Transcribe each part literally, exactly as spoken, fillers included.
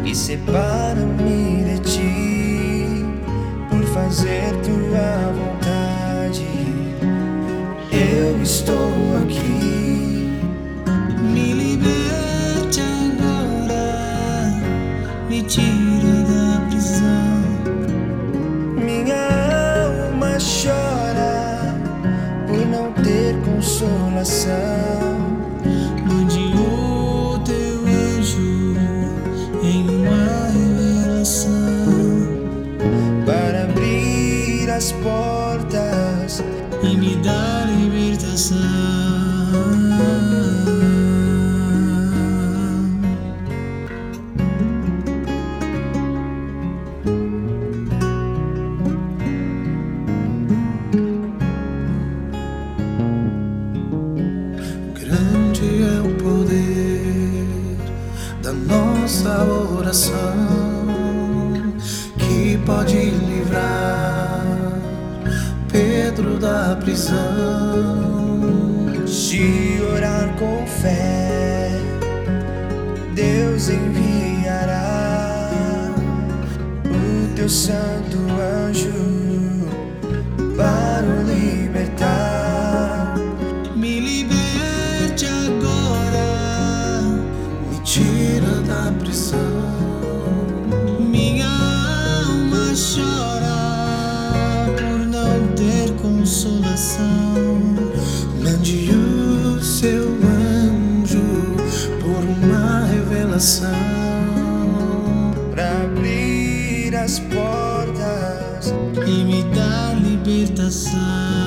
e separa-me de ti, por fazer tua vontade. Eu estou aqui. Me liberte agora, me tira da prisão. Minha alma chora por não ter consolação. Mande o teu anjo em uma revelação para abrir as portas e me dar libertação. Grande é o poder da nossa oração, que pode livrar Pedro da prisão. Se orar com fé, Deus enviará o teu santo anjo para o libertar. Me liberte agora, Me tira da prisão. minha alma chora por não ter consolação. Mande o seu anjo por uma revelação Para abrir as portas E me dar libertação.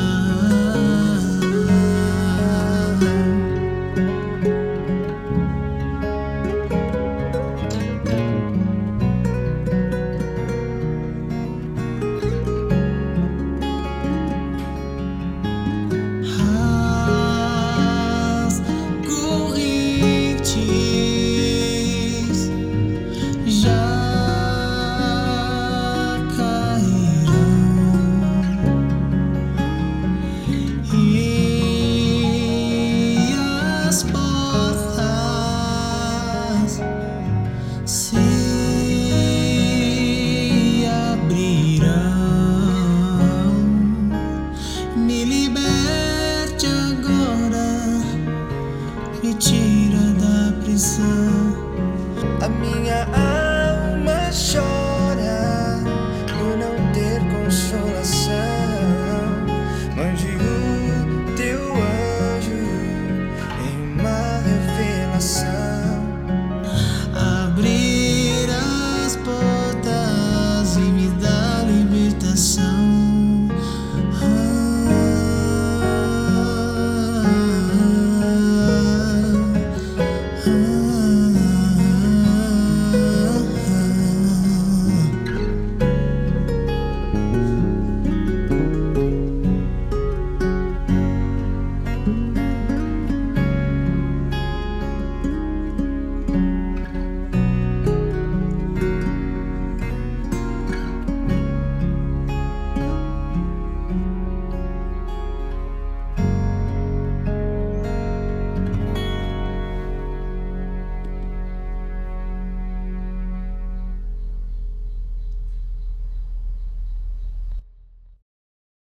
As correntes já e as portas se abrirão. Me liberte agora, me tira da prisão. a minha alma chora